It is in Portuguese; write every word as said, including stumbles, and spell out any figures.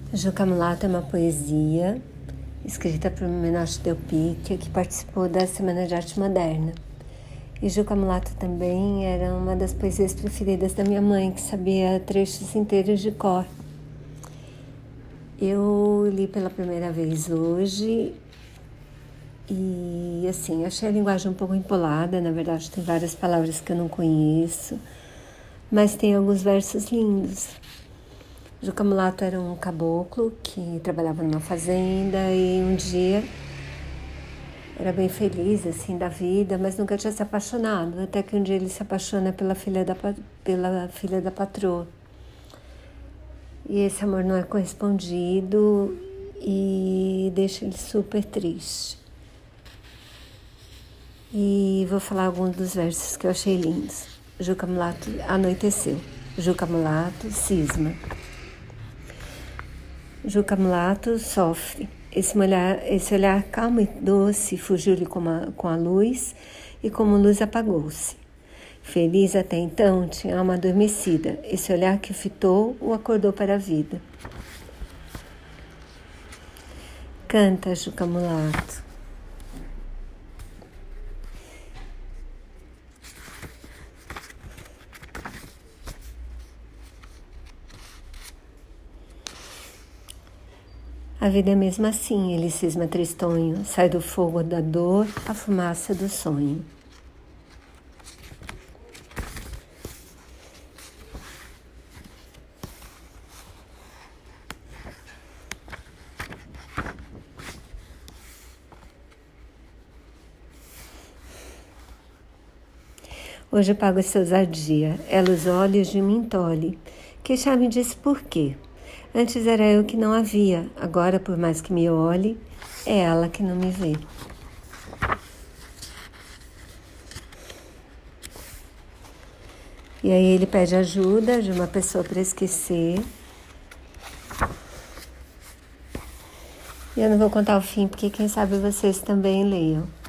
Juca Mulato é uma poesia escrita por Menotti Del Picchio, que participou da Semana de Arte Moderna. E Juca Mulato também era uma das poesias preferidas da minha mãe, que sabia trechos inteiros de cor. Eu li pela primeira vez hoje e, assim, achei a linguagem um pouco empolada. Na verdade, tem várias palavras que eu não conheço, mas tem alguns versos lindos. Juca Mulato era um caboclo que trabalhava numa fazenda e um dia era bem feliz assim da vida, mas nunca tinha se apaixonado, até que um dia ele se apaixona pela filha da, pela filha da patroa. E esse amor não é correspondido e deixa ele super triste. E vou falar alguns dos versos que eu achei lindos. Juca Mulato, anoiteceu. Juca Mulato, cisma. Juca Mulato sofre. Esse olhar, esse olhar calmo e doce fugiu-lhe com a, com a luz e como luz apagou-se. Feliz até então, tinha alma adormecida. Esse olhar que fitou o acordou para a vida. Canta, Juca Mulato. A vida é mesmo assim, ele cisma tristonho, sai do fogo da dor, a fumaça do sonho. Hoje pago essa ousadia, ela os olhos de mim tolhe, queixar-me disse por quê? Antes era eu que não a via, agora, por mais que me olhe, é ela que não me vê. E aí ele pede ajuda de uma pessoa para esquecer. E eu não vou contar o fim, porque quem sabe vocês também leiam.